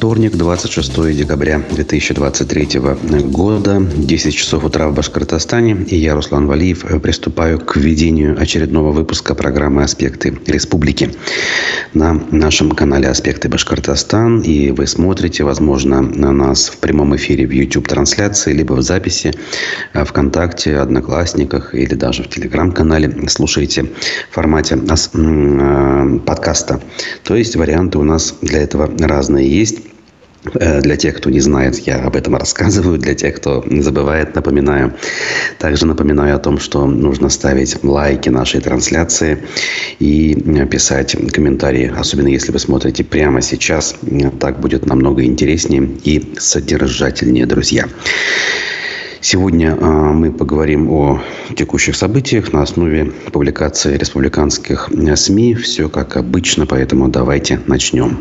вторник, 26 декабря 2023 года, 10 часов утра в Башкортостане. И я, Руслан Валиев, приступаю к введению очередного выпуска программы «Аспекты Республики» на нашем канале «Аспекты Башкортостан». И вы смотрите, возможно, на нас в прямом эфире в YouTube-трансляции, либо в записи ВКонтакте, Одноклассниках или даже в Телеграм-канале. Слушайте в формате подкаста. То есть варианты у нас для этого разные есть. Для тех, кто не знает, я об этом рассказываю. Для тех, кто забывает, напоминаю. Также напоминаю о том, что нужно ставить лайки нашей трансляции и писать комментарии. Особенно если вы смотрите прямо сейчас. Так будет намного интереснее и содержательнее, друзья. Сегодня мы поговорим о текущих событиях на основе публикации республиканских СМИ. Все как обычно, поэтому давайте начнем.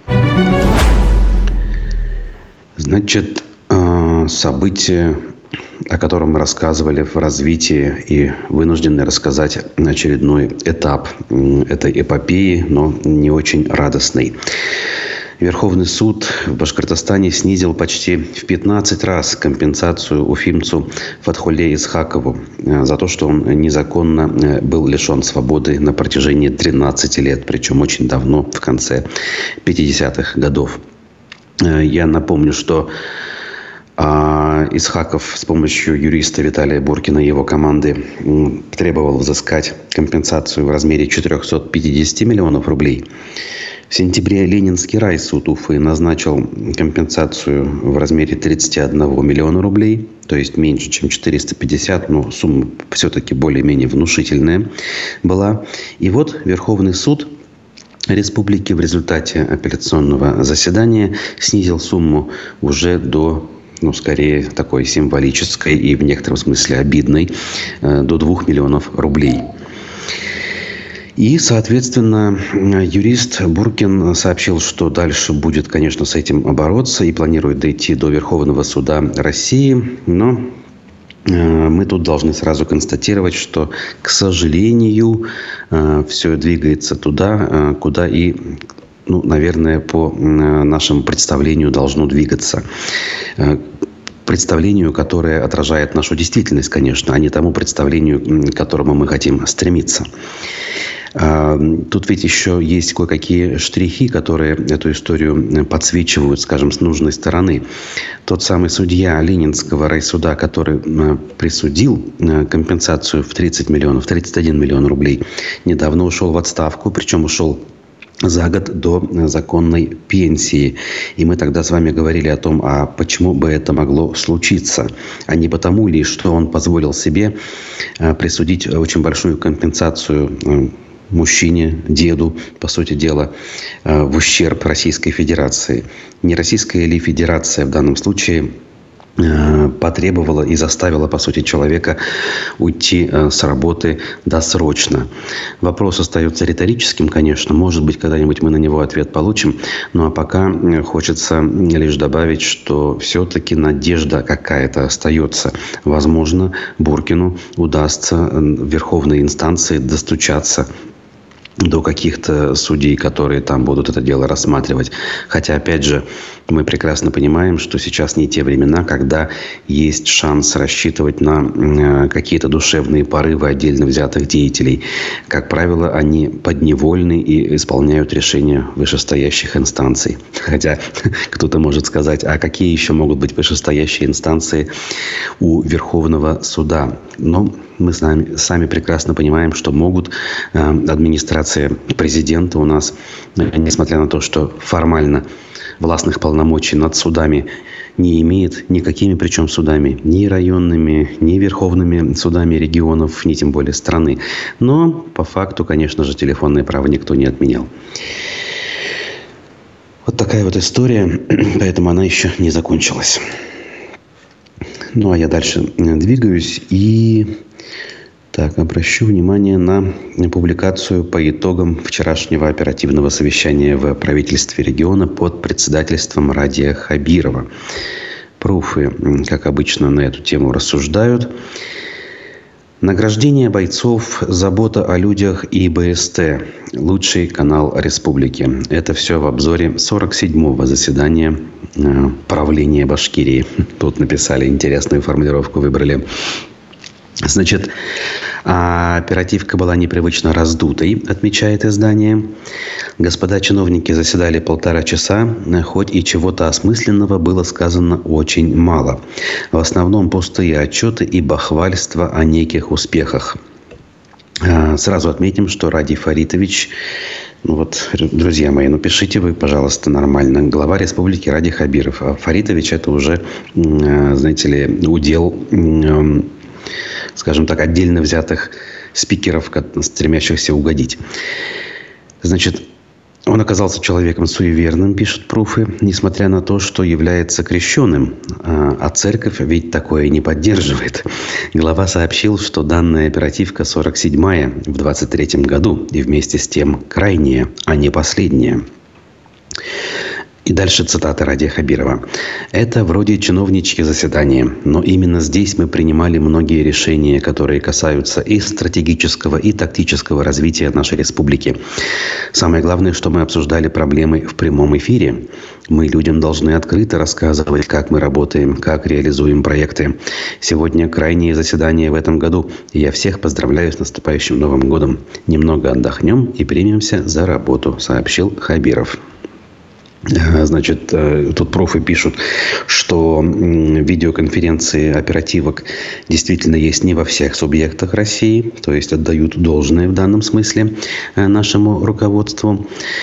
Значит, событие, о котором мы рассказывали в развитии и вынуждены рассказать очередной этап этой эпопеи, но не очень радостный. Верховный суд в Башкортостане снизил почти в 15 раз компенсацию уфимцу Фатхулле Исхакову за то, что он незаконно был лишен свободы на протяжении 13 лет, причем очень давно, в конце 50-х годов. Я напомню, что Исхаков с помощью юриста Виталия Буркина и его команды требовал взыскать компенсацию в размере 450 миллионов рублей. В сентябре Ленинский райсуд Уфы назначил компенсацию в размере 31 миллиона рублей, то есть меньше, чем 450, но сумма все-таки более-менее внушительная была. И вот Верховный суд Республики в результате апелляционного заседания снизил сумму уже до, скорее, такой символической и в некотором смысле обидной, до 2 миллионов рублей. И, соответственно, юрист Буркин сообщил, что дальше будет, конечно, с этим бороться и планирует дойти до Верховного суда России. Но мы тут должны сразу констатировать, что, к сожалению, все двигается туда, куда и, наверное, по нашему представлению должно двигаться. Представлению, которое отражает нашу действительность, конечно, а не тому представлению, к которому мы хотим стремиться. Тут ведь еще есть кое-какие штрихи, которые эту историю подсвечивают, скажем, с нужной стороны. Тот самый судья Ленинского райсуда, который присудил компенсацию в 31 миллион рублей, недавно ушел в отставку, причем ушел за год до законной пенсии. И мы тогда с вами говорили о том, а почему бы это могло случиться. А не потому ли, что он позволил себе присудить очень большую компенсацию мужчине, деду, по сути дела, в ущерб Российской Федерации. Не Российская ли Федерация в данном случае потребовала и заставила, по сути, человека уйти с работы досрочно. Вопрос остается риторическим, конечно. Может быть, когда-нибудь мы на него ответ получим. Ну, а пока хочется лишь добавить, что все-таки надежда какая-то остается. Возможно, Буркину удастся в верховной инстанции достучаться до каких-то судей, которые там будут это дело рассматривать. Хотя, опять же, мы прекрасно понимаем, что сейчас не те времена, когда есть шанс рассчитывать на какие-то душевные порывы отдельно взятых деятелей. Как правило, они подневольны и исполняют решения вышестоящих инстанций. Хотя кто-то может сказать, а какие еще могут быть вышестоящие инстанции у Верховного суда? Но мы сами прекрасно понимаем, что могут. Администрация президента у нас, несмотря на то, что формально властных полномочий над судами не имеет, никакими причем судами, ни районными, ни верховными судами регионов, ни тем более страны. Но по факту, конечно же, телефонное право никто не отменял. Вот такая вот история, поэтому она еще не закончилась. Ну, а я дальше двигаюсь и обращу внимание на публикацию по итогам вчерашнего оперативного совещания в правительстве региона под председательством Радия Хабирова. Пруфы, как обычно, на эту тему рассуждают. Награждение бойцов, забота о людях и БСТ. Лучший канал республики. Это все в обзоре 47-го заседания правления Башкирии. Тут написали интересную формулировку, выбрали. Значит, оперативка была непривычно раздутой, отмечает издание. Господа чиновники заседали 1,5 часа, хоть и чего-то осмысленного было сказано очень мало. В основном пустые отчеты и бахвальство о неких успехах. Сразу отметим, что Ради Фаритович, друзья мои, пишите вы, пожалуйста, нормально. Глава республики Ради Хабиров. А Фаритович это уже, знаете ли, удел, скажем так, отдельно взятых спикеров, стремящихся угодить. Значит, он оказался человеком суеверным, пишут пруфы, несмотря на то, что является крещеным. А церковь ведь такое не поддерживает. Глава сообщил, что данная оперативка 47-я в 23-м году и вместе с тем крайняя, а не последняя. И дальше цитата Ради Хабирова. «Это вроде чиновничьи заседания, но именно здесь мы принимали многие решения, которые касаются и стратегического, и тактического развития нашей республики. Самое главное, что мы обсуждали проблемы в прямом эфире. Мы людям должны открыто рассказывать, как мы работаем, как реализуем проекты. Сегодня крайнее заседание в этом году, и я всех поздравляю с наступающим Новым годом. Немного отдохнем и примемся за работу», сообщил Хабиров. Значит, тут профы пишут, что видеоконференции оперативок действительно есть не во всех субъектах России, то есть отдают должное в данном смысле нашему руководству.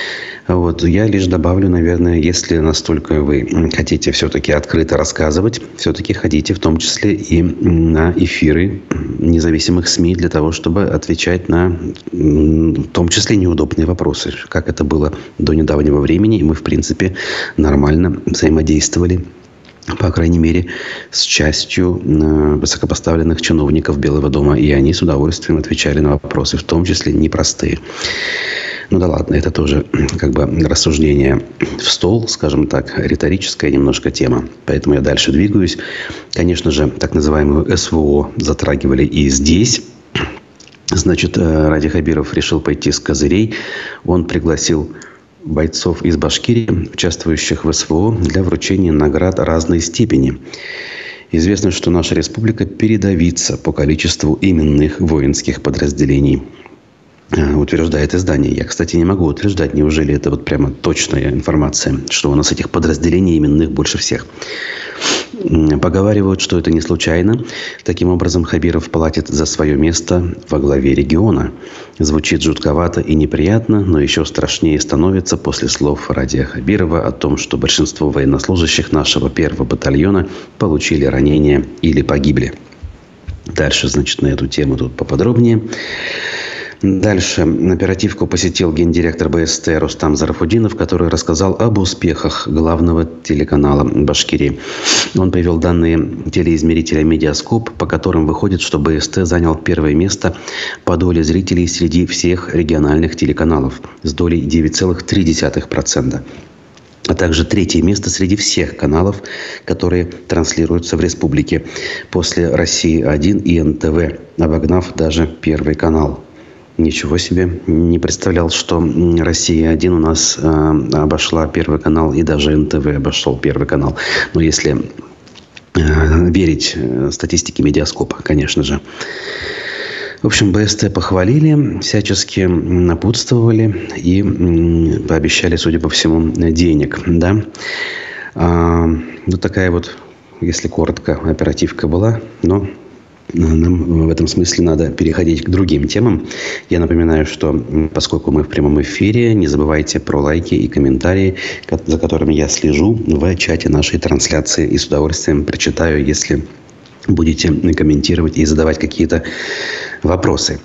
Я лишь добавлю, наверное, если настолько вы хотите все-таки открыто рассказывать, все-таки ходите в том числе и на эфиры независимых СМИ для того, чтобы отвечать на, в том числе, неудобные вопросы, как это было до недавнего времени. И мы, в принципе, нормально взаимодействовали, по крайней мере, с частью высокопоставленных чиновников Белого дома. И они с удовольствием отвечали на вопросы, в том числе непростые. Да ладно, это тоже рассуждение в стол, скажем так, риторическая немножко тема. Поэтому я дальше двигаюсь. Конечно же, так называемую СВО затрагивали и здесь. Значит, Ради Хабиров решил пойти с козырей. Он пригласил бойцов из Башкирии, участвующих в СВО, для вручения наград разной степени. Известно, что наша республика передовица по количеству именных воинских подразделений, утверждает издание. Я, кстати, не могу утверждать, неужели это прямо точная информация, что у нас этих подразделений именных больше всех. Поговаривают, что это не случайно. Таким образом, Хабиров платит за свое место во главе региона. Звучит жутковато и неприятно, но еще страшнее становится после слов Радия Хабирова о том, что большинство военнослужащих нашего 1-го батальона получили ранения или погибли. Дальше, значит, на эту тему тут поподробнее. Дальше оперативку посетил гендиректор БСТ Рустам Зарафудинов, который рассказал об успехах главного телеканала Башкирии. Он привел данные телеизмерителя «Медиаскоп», по которым выходит, что БСТ занял 1-е место по доле зрителей среди всех региональных телеканалов с долей 9,3%. А также 3-е место среди всех каналов, которые транслируются в республике после «России-1» и НТВ, обогнав даже 1-й канал. Ничего себе. Не представлял, что «Россия-1» у нас обошла 1-й канал, и даже НТВ обошел 1-й канал. Но если верить статистике «Медиаскопа», конечно же. В общем, БСТ похвалили, всячески напутствовали и пообещали, судя по всему, денег. Да? Такая если коротко, оперативка была, но нам в этом смысле надо переходить к другим темам. Я напоминаю, что поскольку мы в прямом эфире, не забывайте про лайки и комментарии, за которыми я слежу в чате нашей трансляции. И с удовольствием прочитаю, если будете комментировать и задавать какие-то вопросы.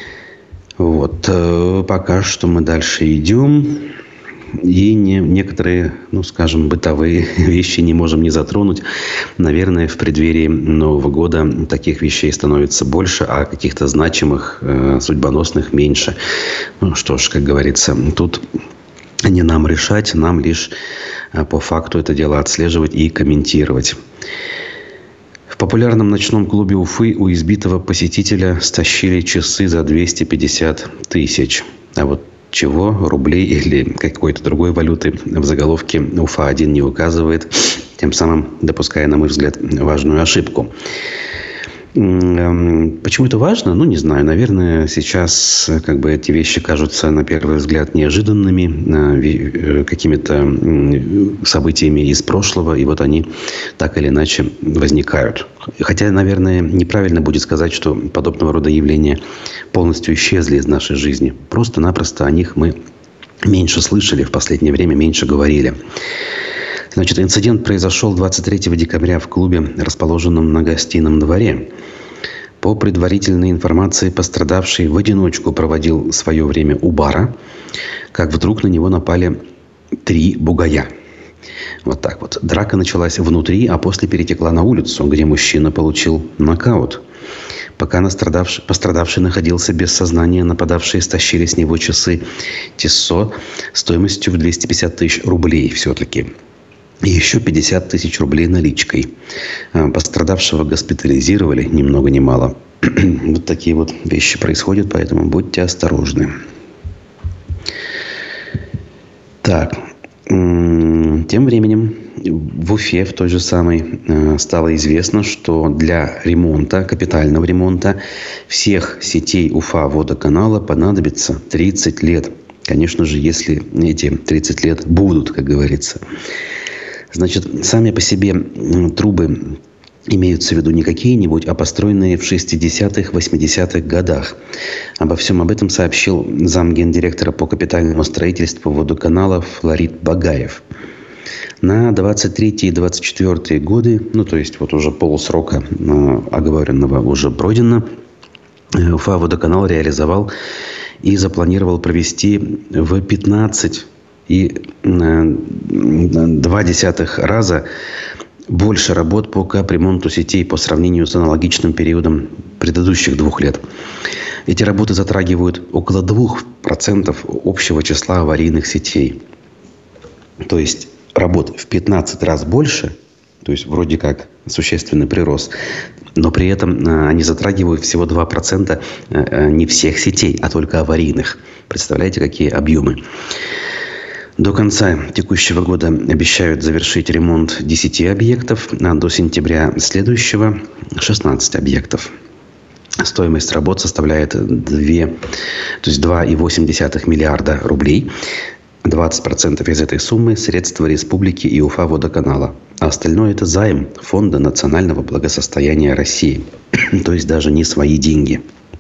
Пока что мы дальше идем. И некоторые, бытовые вещи не можем не затронуть. Наверное, в преддверии Нового года таких вещей становится больше, а каких-то значимых, судьбоносных меньше. Что ж, как говорится, тут не нам решать, нам лишь по факту это дело отслеживать и комментировать. В популярном ночном клубе Уфы у избитого посетителя стащили часы за 250 тысяч. А вот чего, рублей или какой-то другой валюты в заголовке Уфа-1 не указывает, тем самым допуская, на мой взгляд, важную ошибку. Почему это важно? Не знаю. Наверное, сейчас эти вещи кажутся на первый взгляд неожиданными, какими-то событиями из прошлого, и вот они так или иначе возникают. Хотя, наверное, неправильно будет сказать, что подобного рода явления полностью исчезли из нашей жизни. Просто-напросто о них мы меньше слышали в последнее время, меньше говорили. Значит, инцидент произошел 23 декабря в клубе, расположенном на Гостином дворе. По предварительной информации, пострадавший в одиночку проводил свое время у бара, как вдруг на него напали 3 бугая. Вот так вот. Драка началась внутри, а после перетекла на улицу, где мужчина получил нокаут. Пока пострадавший находился без сознания, нападавшие стащили с него часы Tissot стоимостью в 250 тысяч рублей все-таки. И еще 50 тысяч рублей наличкой. Пострадавшего госпитализировали ни много ни мало. Вот такие вот вещи происходят, поэтому будьте осторожны. Так. Тем временем в Уфе, в той же самой, стало известно, что для ремонта, капитального ремонта всех сетей Уфа-водоканала понадобится 30 лет. Конечно же, если эти 30 лет будут, как говорится. Значит, сами по себе трубы имеются в виду не какие-нибудь, а построенные в 60-х, 80-х годах. Обо всем об этом сообщил замгендиректора по капитальному строительству водоканалов Флорид Багаев. На 23 и 24 годы, то есть вот уже полсрока оговоренного уже пройдено, Уфа-водоканал реализовал и запланировал провести в 15,2 раза больше работ по капремонту сетей по сравнению с аналогичным периодом предыдущих 2 лет. Эти работы затрагивают около 2% общего числа аварийных сетей. То есть работ в 15 раз больше, то есть вроде как существенный прирост, но при этом они затрагивают всего 2% не всех сетей, а только аварийных. Представляете, какие объемы? До конца текущего года обещают завершить ремонт 10 объектов, а до сентября следующего 16 объектов. Стоимость работ составляет 2,8 миллиарда рублей. 20% из этой суммы – средства республики и Уфа-водоканала. А остальное – это займ Фонда национального благосостояния России. То есть даже не свои деньги.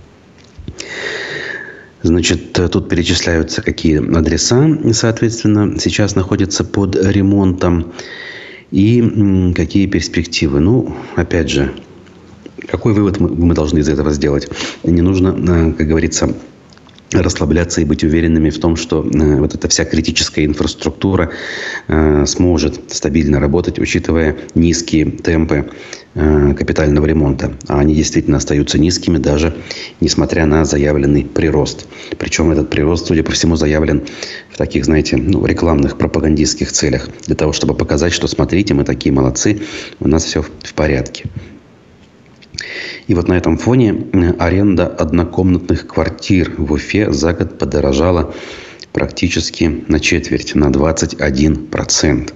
Значит, тут перечисляются, какие адреса, соответственно, сейчас находятся под ремонтом и какие перспективы. Опять же, какой вывод мы должны из этого сделать? Не нужно, как говорится, расслабляться и быть уверенными в том, что вот эта вся критическая инфраструктура сможет стабильно работать, учитывая низкие темпы капитального ремонта. А они действительно остаются низкими, даже несмотря на заявленный прирост. Причем этот прирост, судя по всему, заявлен в таких, рекламных, пропагандистских целях. Для того, чтобы показать, что смотрите, мы такие молодцы, у нас все в порядке. И вот на этом фоне аренда однокомнатных квартир в Уфе за год подорожала практически на четверть, на 21%.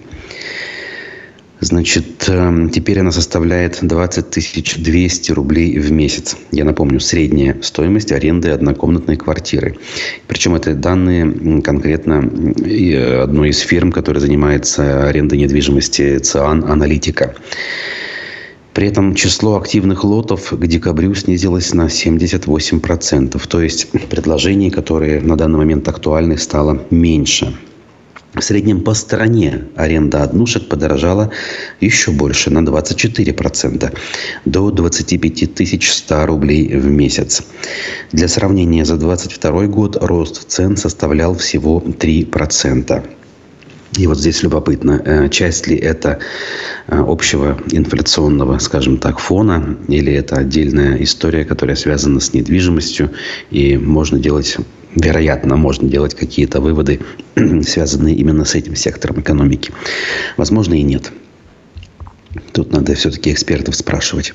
Значит, теперь она составляет 20 200 рублей в месяц. Я напомню, средняя стоимость аренды однокомнатной квартиры. Причем это данные конкретно одной из фирм, которая занимается арендой недвижимости, ЦИАН Аналитика. При этом число активных лотов к декабрю снизилось на 78%. То есть предложений, которые на данный момент актуальны, стало меньше. В среднем по стране аренда однушек подорожала еще больше, на 24%, до 25 100 рублей в месяц. Для сравнения, за 2022 год рост цен составлял всего 3%. И вот здесь любопытно, часть ли это общего инфляционного, скажем так, фона, или это отдельная история, которая связана с недвижимостью, и вероятно, можно делать какие-то выводы, связанные именно с этим сектором экономики. Возможно, и нет. Тут надо все-таки экспертов спрашивать.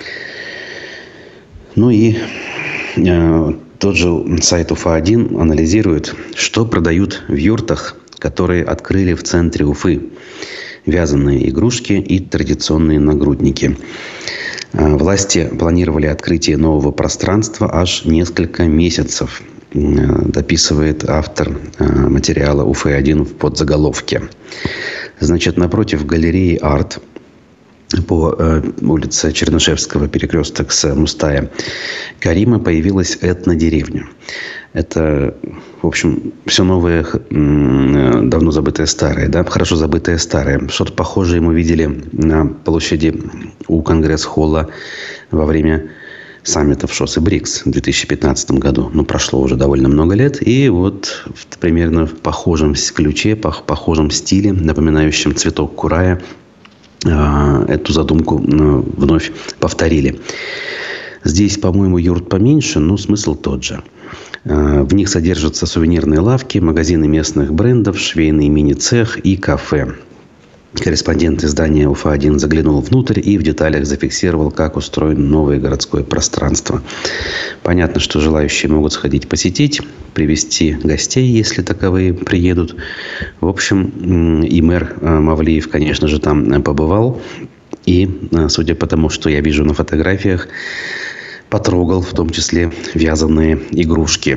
Ну и тот же сайт Уфа-1 анализирует, что продают в юртах, которые открыли в центре Уфы. Вязаные игрушки и традиционные нагрудники. Власти планировали открытие нового пространства аж несколько месяцев, дописывает автор материала Уфы-1 в подзаголовке. Значит, напротив галереи «Арт» по улице Чернышевского, перекресток с Мустая Карима, появилась этнодеревня. Это, в общем, все новое, давно забытое старое, да, хорошо забытое старое. Что-то похожее мы видели на площади у Конгресс-холла во время саммита в ШОС и БРИКС в 2015 году. Ну, прошло уже довольно много лет. И вот примерно в похожем ключе, похожем стиле, напоминающем цветок курая, эту задумку вновь повторили. Здесь, по-моему, юрт поменьше, но смысл тот же. В них содержатся сувенирные лавки, магазины местных брендов, швейный мини-цех и кафе. Корреспондент издания Уфа-1 заглянул внутрь и в деталях зафиксировал, как устроено новое городское пространство. Понятно, что желающие могут сходить посетить, привезти гостей, если таковые приедут. В общем, и мэр Мавлиев, конечно же, там побывал. И, судя по тому, что я вижу на фотографиях, потрогал в том числе вязаные игрушки.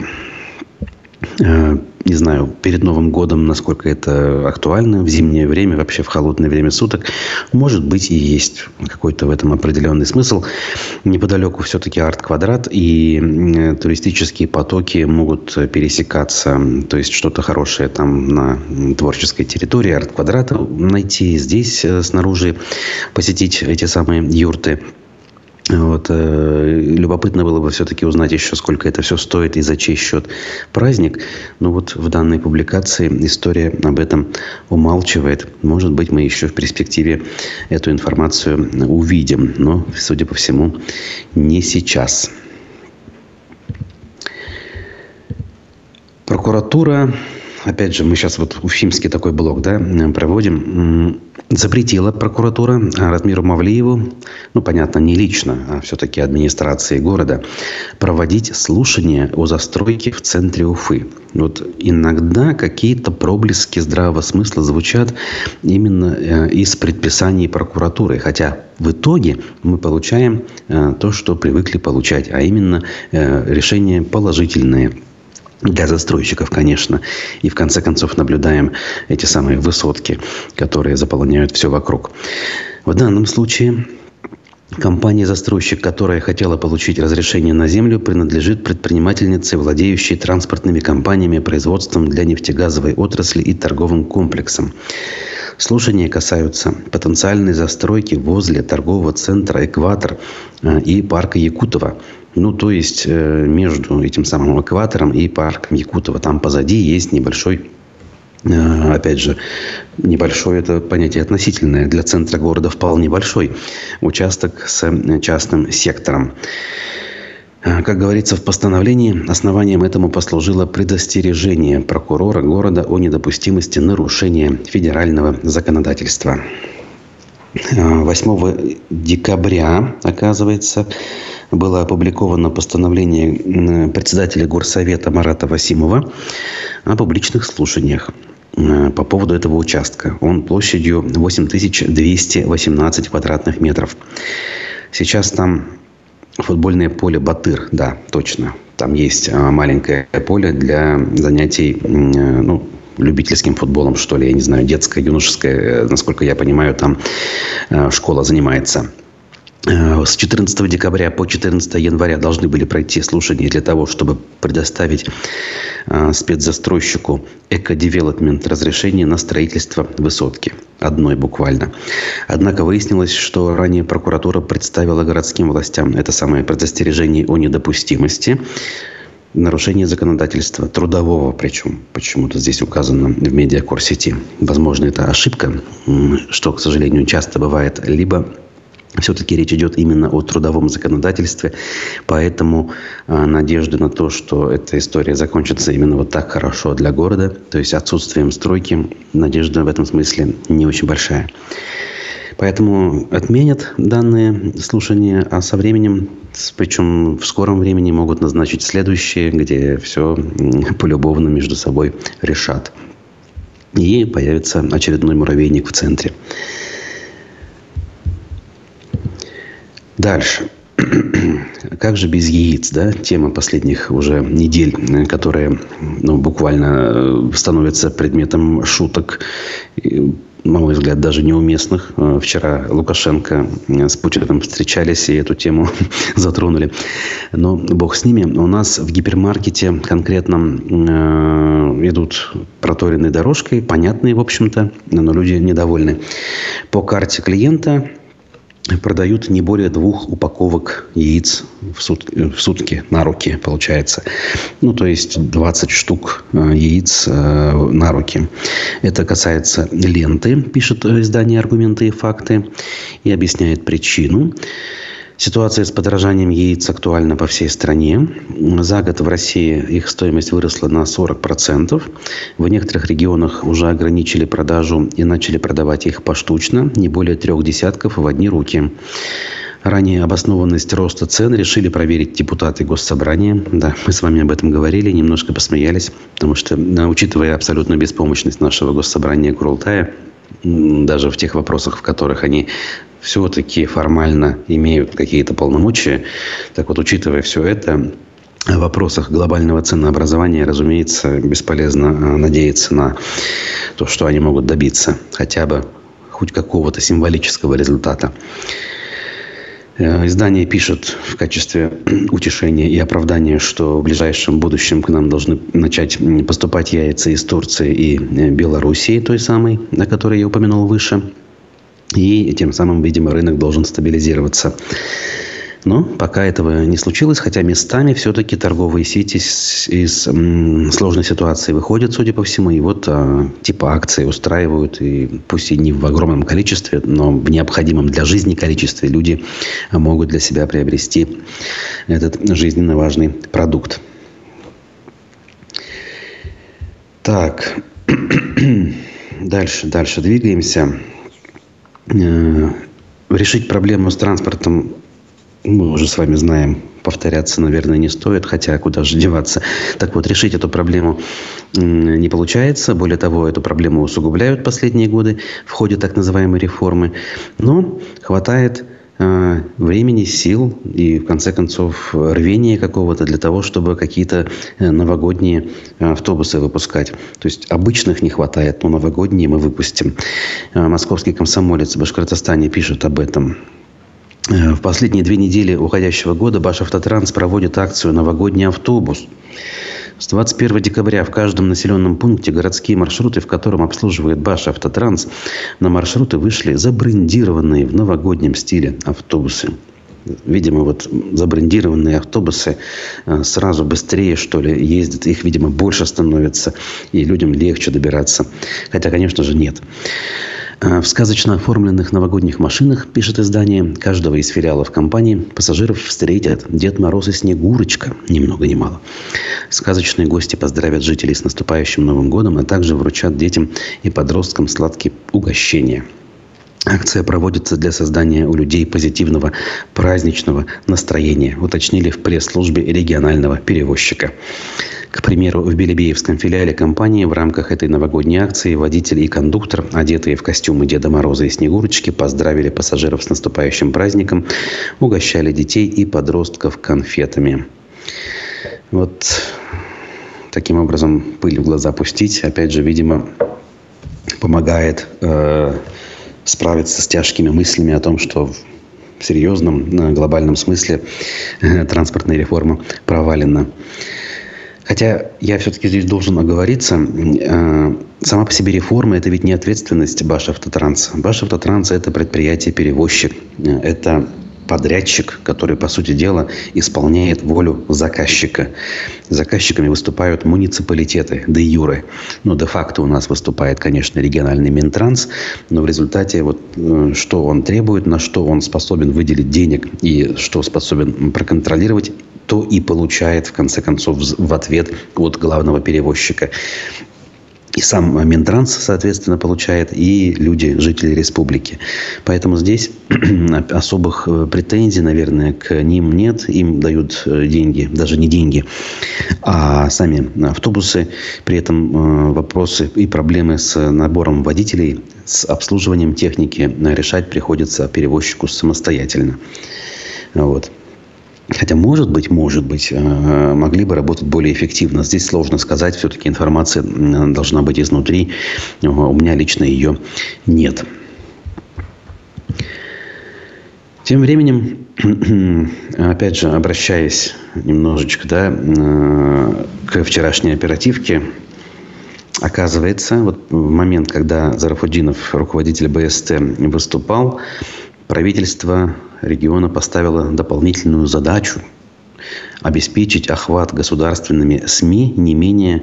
Не знаю, перед Новым годом, насколько это актуально, в зимнее время, вообще в холодное время суток, может быть, и есть какой-то в этом определенный смысл. Неподалеку все-таки арт-квадрат, и туристические потоки могут пересекаться. То есть, что-то хорошее там на творческой территории арт-квадрата найти, здесь снаружи посетить эти самые юрты. Вот, любопытно было бы все-таки узнать еще, сколько это все стоит и за чей счет праздник. Но вот в данной публикации история об этом умалчивает. Может быть, мы еще в перспективе эту информацию увидим. Но, судя по всему, не сейчас. Прокуратура, опять же, мы сейчас вот уфимский такой блок, да, проводим. Запретила прокуратура Ратмиру Мавлиеву, ну, понятно, не лично, а все-таки администрации города, проводить слушания о застройке в центре Уфы. Вот иногда какие-то проблески здравого смысла звучат именно из предписаний прокуратуры. Хотя в итоге мы получаем то, что привыкли получать, а именно решения положительные. Для застройщиков, конечно. И в конце концов наблюдаем эти самые высотки, которые заполоняют все вокруг. В данном случае компания-застройщик, которая хотела получить разрешение на землю, принадлежит предпринимательнице, владеющей транспортными компаниями, производством для нефтегазовой отрасли и торговым комплексом. Слушания касаются потенциальной застройки возле торгового центра «Экватор» и парка Якутова. Ну, то есть, между этим самым «Экватором» и парком Якутова. Там позади есть небольшой, опять же, небольшой — это понятие относительное. Для центра города вполне большой участок с частным сектором. Как говорится в постановлении, основанием этому послужило предостережение прокурора города о недопустимости нарушения федерального законодательства. 8 декабря, оказывается, было опубликовано постановление председателя горсовета Марата Васимова о публичных слушаниях по поводу этого участка. Он площадью 8218 квадратных метров. Сейчас там футбольное поле «Батыр», да, точно. Там есть маленькое поле для занятий, ну, любительским футболом, что ли, я не знаю, детское, юношеское, насколько я понимаю, там школа занимается. С 14 декабря по 14 января должны были пройти слушания для того, чтобы предоставить спецзастройщику «Эко-девелопмент» разрешение на строительство высотки. Одной буквально. Однако выяснилось, что ранее прокуратура представила городским властям это самое предостережение о недопустимости нарушения законодательства, трудового причем. Почему-то здесь указано в медиакор-сети. Возможно, это ошибка, что, к сожалению, часто бывает. Либо все-таки речь идет именно о трудовом законодательстве. Поэтому надежды на то, что эта история закончится именно вот так хорошо для города, то есть отсутствием стройки, надежда в этом смысле не очень большая. Поэтому отменят данные слушания, а со временем, причем в скором времени, могут назначить следующие, где все полюбовно между собой решат. И появится очередной муравейник в центре. Дальше. Как же без яиц, да? Тема последних уже недель, которая буквально становится предметом шуток, на мой взгляд, даже неуместных. Вчера Лукашенко с Путиным встречались и эту тему затронули. Но бог с ними. У нас в гипермаркете конкретно идут проторенной дорожкой, понятные, в общем-то, но люди недовольны. По карте клиента продают не более 2 упаковок яиц в сутки на руки, получается. То есть 20 штук яиц на руки. Это касается ленты, пишет издание «Аргументы и факты», и объясняет причину. Ситуация с подорожанием яиц актуальна по всей стране. За год в России их стоимость выросла на 40%. В некоторых регионах уже ограничили продажу и начали продавать их поштучно, не более 3 десятков в одни руки. Ранее обоснованность роста цен решили проверить депутаты Госсобрания. Да, мы с вами об этом говорили, немножко посмеялись, потому что, учитывая абсолютную беспомощность нашего Госсобрания Курултая, даже в тех вопросах, в которых они все-таки формально имеют какие-то полномочия. Так вот, учитывая все это, в вопросах глобального ценообразования, разумеется, бесполезно надеяться на то, что они могут добиться хотя бы хоть какого-то символического результата. Издание пишет в качестве утешения и оправдания, что в ближайшем будущем к нам должны начать поступать яйца из Турции и Белоруссии, той самой, о которой я упомянул выше. И тем самым, видимо, рынок должен стабилизироваться. Но пока этого не случилось, хотя местами все-таки торговые сети из сложной ситуации выходят, судя по всему. И вот типа акции устраивают, и пусть и не в огромном количестве, но в необходимом для жизни количестве люди могут для себя приобрести этот жизненно важный продукт. Так, дальше двигаемся. Решить проблему с транспортом мы уже с вами знаем, повторяться, наверное, не стоит, хотя куда же деваться. Так вот, решить эту проблему не получается. Более того, эту проблему усугубляют последние годы в ходе так называемой реформы. Но хватает времени, сил и, в конце концов, рвения какого-то для того, чтобы какие-то новогодние автобусы выпускать. То есть обычных не хватает, но новогодние мы выпустим. Московский комсомолец в Башкортостане пишет об этом. В последние 2 недели уходящего года Башавтотранс проводит акцию «Новогодний автобус». С 21 декабря в каждом населенном пункте городские маршруты, в котором обслуживает Башавтотранс, на маршруты вышли забрендированные в новогоднем стиле автобусы. Видимо, вот забрендированные автобусы сразу быстрее, что ли, ездят. Их, видимо, больше становится, и людям легче добираться. Хотя, конечно же, нет. В сказочно оформленных новогодних машинах, пишет издание, каждого из филиалов компании пассажиров встретят Дед Мороз и Снегурочка, ни много ни мало. Сказочные гости поздравят жителей с наступающим Новым годом, а также вручат детям и подросткам сладкие угощения. Акция проводится для создания у людей позитивного праздничного настроения, уточнили в пресс-службе регионального перевозчика. К примеру, в Белебеевском филиале компании в рамках этой новогодней акции водитель и кондуктор, одетые в костюмы Деда Мороза и Снегурочки, поздравили пассажиров с наступающим праздником, угощали детей и подростков конфетами. Вот таким образом пыль в глаза пустить, опять же, видимо, помогает справиться с тяжкими мыслями о том, что в серьезном глобальном смысле транспортная реформа провалена. Хотя я все-таки здесь должен оговориться, сама по себе реформа – это ведь не ответственность Башавтотранса. Башавтотранс – это предприятие-перевозчик, это подрядчик, который, по сути дела, исполняет волю заказчика. Заказчиками выступают муниципалитеты де юре. Но де-факто у нас выступает, конечно, региональный Минтранс, но в результате вот, что он требует, на что он способен выделить денег и что способен проконтролировать, то и получает, в конце концов, в ответ от главного перевозчика. И сам Минтранс, соответственно, получает, и люди, жители республики. Поэтому здесь особых претензий, наверное, к ним нет. Им дают деньги, даже не деньги, а сами автобусы. При этом вопросы и проблемы с набором водителей, с обслуживанием техники решать приходится перевозчику самостоятельно. Вот. Хотя, может быть, могли бы работать более эффективно. Здесь сложно сказать. Все-таки информация должна быть изнутри. У меня лично ее нет. Тем временем, опять же, обращаясь немножечко к вчерашней оперативке, оказывается, вот в момент, когда Зарафудинов, руководитель БСТ, выступал, правительство региона поставило дополнительную задачу обеспечить охват государственными СМИ не менее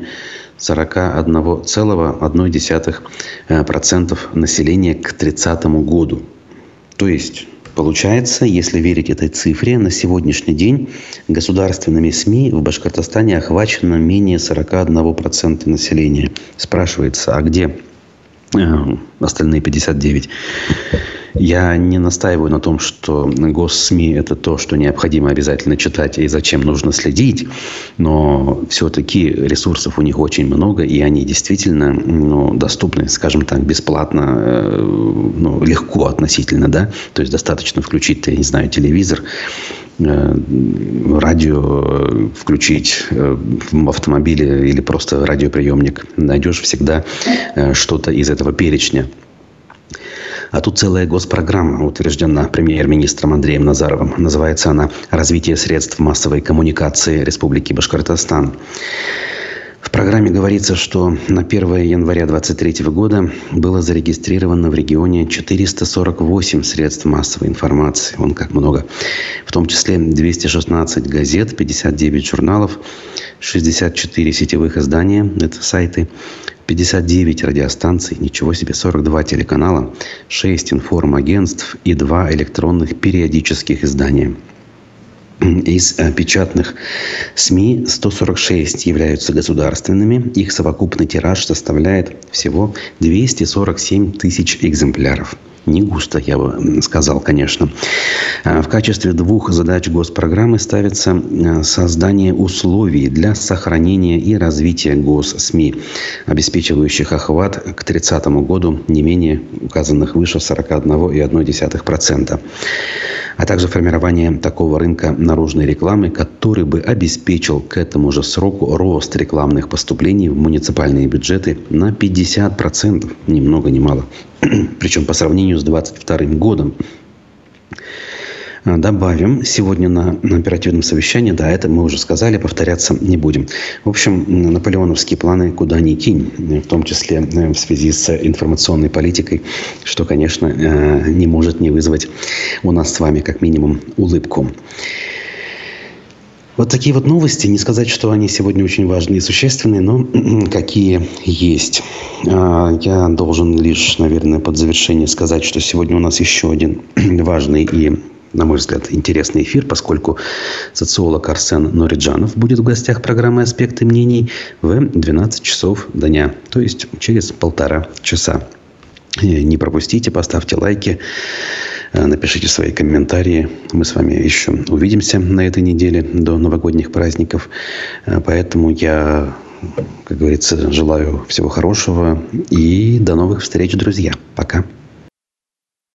41,1% населения к 30 году. То есть, получается, если верить этой цифре, на сегодняшний день государственными СМИ в Башкортостане охвачено менее 41% населения. Спрашивается, а где остальные 59%? Я не настаиваю на том, что госсми – это то, что необходимо обязательно читать и зачем нужно следить. Но все-таки ресурсов у них очень много, и они действительно доступны, скажем так, бесплатно, легко относительно. Да? То есть, достаточно включить, я не знаю, телевизор, радио включить в автомобиле или просто радиоприемник. Найдешь всегда что-то из этого перечня. А тут целая госпрограмма утверждена премьер-министром Андреем Назаровым. Называется она «Развитие средств массовой коммуникации Республики Башкортостан». В программе говорится, что на 1 января 2023 года было зарегистрировано в регионе 448 средств массовой информации. Вон как много. В том числе 216 газет, 59 журналов, 64 сетевых издания, это сайты, 59 радиостанций, ничего себе, 42 телеканала, 6 информагентств и 2 электронных периодических издания. Из печатных СМИ 146 являются государственными. Их совокупный тираж составляет всего 247 тысяч экземпляров. Не густо, я бы сказал, конечно. В качестве 2 задач госпрограммы ставится создание условий для сохранения и развития госсми, обеспечивающих охват к 30 году не менее указанных выше 41,1%. А также формирование такого рынка наружной рекламы, который бы обеспечил к этому же сроку рост рекламных поступлений в муниципальные бюджеты на 50%, ни много ни мало. Причем по сравнению с 2022 годом. Добавим, сегодня на оперативном совещании, да, это мы уже сказали, повторяться не будем. В общем, наполеоновские планы куда ни кинь, в том числе в связи с информационной политикой, что, конечно, не может не вызвать у нас с вами как минимум улыбку. Вот такие вот новости. Не сказать, что они сегодня очень важные и существенные, но какие есть. Я должен лишь, наверное, под завершение сказать, что сегодня у нас еще один важный и, на мой взгляд, интересный эфир, поскольку социолог Арсен Нориджанов будет в гостях программы «Аспекты мнений» в 12 часов дня, то есть через 1,5 часа. Не пропустите, поставьте лайки, напишите свои комментарии. Мы с вами еще увидимся на этой неделе до новогодних праздников. Поэтому я, как говорится, желаю всего хорошего и до новых встреч, друзья. Пока.